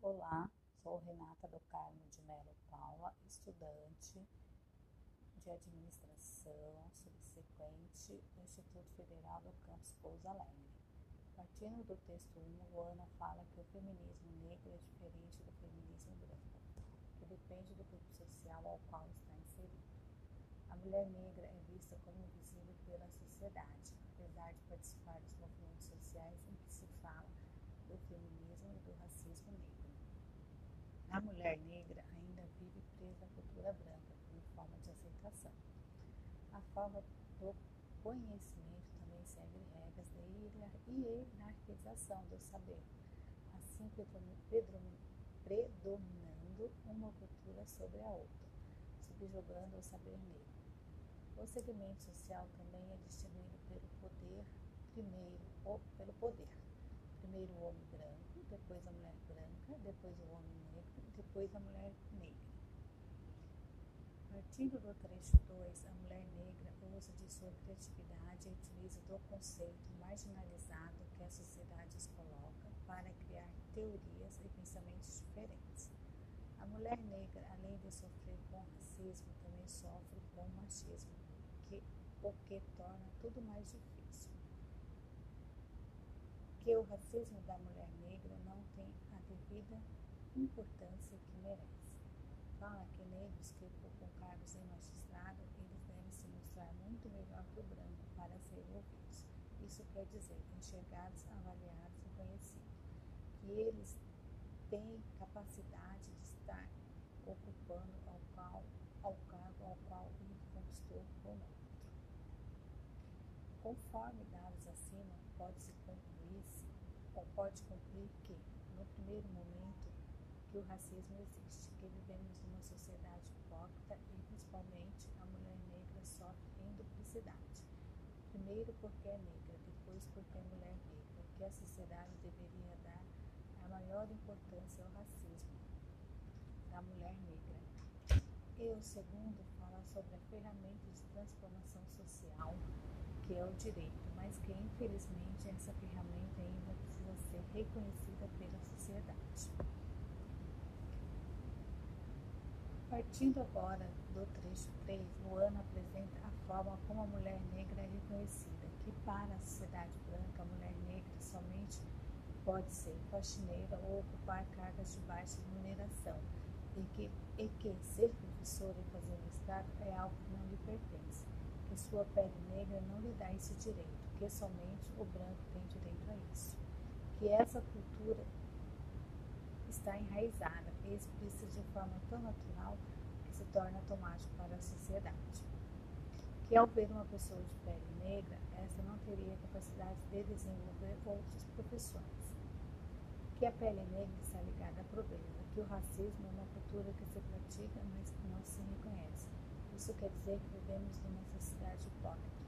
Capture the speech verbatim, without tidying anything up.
Olá, sou Renata do Carmo de Melo Paula, estudante de Administração subsequente do Instituto Federal do Campus Pouso Alegre. Partindo do texto um, Luana fala que o feminismo negro é diferente do feminismo branco, que depende do grupo social ao qual está inserido. A mulher negra é vista como invisível pela sociedade, apesar de participar dos movimentos sociais em que se fala do feminismo e do racismo negro. A mulher negra ainda vive presa à cultura branca como forma de aceitação. A forma do conhecimento também segue regras de hierarquização do saber, assim predominando uma cultura sobre a outra, subjugando o saber negro. O segmento social também é distribuído pelo poder, primeiro ou pelo poder. Primeiro o homem branco, depois a mulher branca, depois o homem negro, depois a mulher negra. Partindo do trecho dois, a mulher negra usa de sua criatividade e utiliza do conceito marginalizado que a sociedade os coloca para criar teorias e pensamentos diferentes. A mulher negra, além de sofrer com racismo, também sofre com machismo, que, o que torna tudo mais difícil. Que o racismo da mulher negra não tem a devida importância que merece. Fala que negros que ocupam cargos em magistrado, eles devem se mostrar muito melhor que o branco para serem ouvidos. Isso quer dizer, enxergados, avaliados e conhecidos. Que eles têm capacidade de estar ocupando ao, qual, ao cargo ao qual ele conquistou ou não. Conforme dados acima, pode-se concluir-se, ou pode concluir que, no primeiro momento, que o racismo existe, que vivemos numa sociedade hipócrita e, principalmente, a mulher negra sofre em duplicidade. Primeiro porque é negra, depois porque é mulher negra, que a sociedade deveria dar a maior importância ao racismo da mulher negra. E o segundo fala sobre a ferramenta de transformação social, que é o direito, mas que infelizmente essa ferramenta ainda precisa ser reconhecida pela sociedade. Partindo agora do trecho três, Luana apresenta a forma como a mulher negra é reconhecida, que para a sociedade branca, a mulher negra somente pode ser faxineira ou ocupar cargas de baixa remuneração, e que, e que ser professora e fazer mestrado é algo que não lhe pertence, que sua pele negra não lhe dá esse direito, que somente o branco tem direito a isso, que essa cultura está enraizada e explícita de forma tão natural que se torna automático para a sociedade. Que ao ver uma pessoa de pele negra, essa não teria capacidade de desenvolver outras profissões. Que a pele negra está ligada à pobreza, que o racismo é uma cultura que se pratica, mas que não se reconhece. Isso quer dizer que vivemos numa sociedade hipócrita.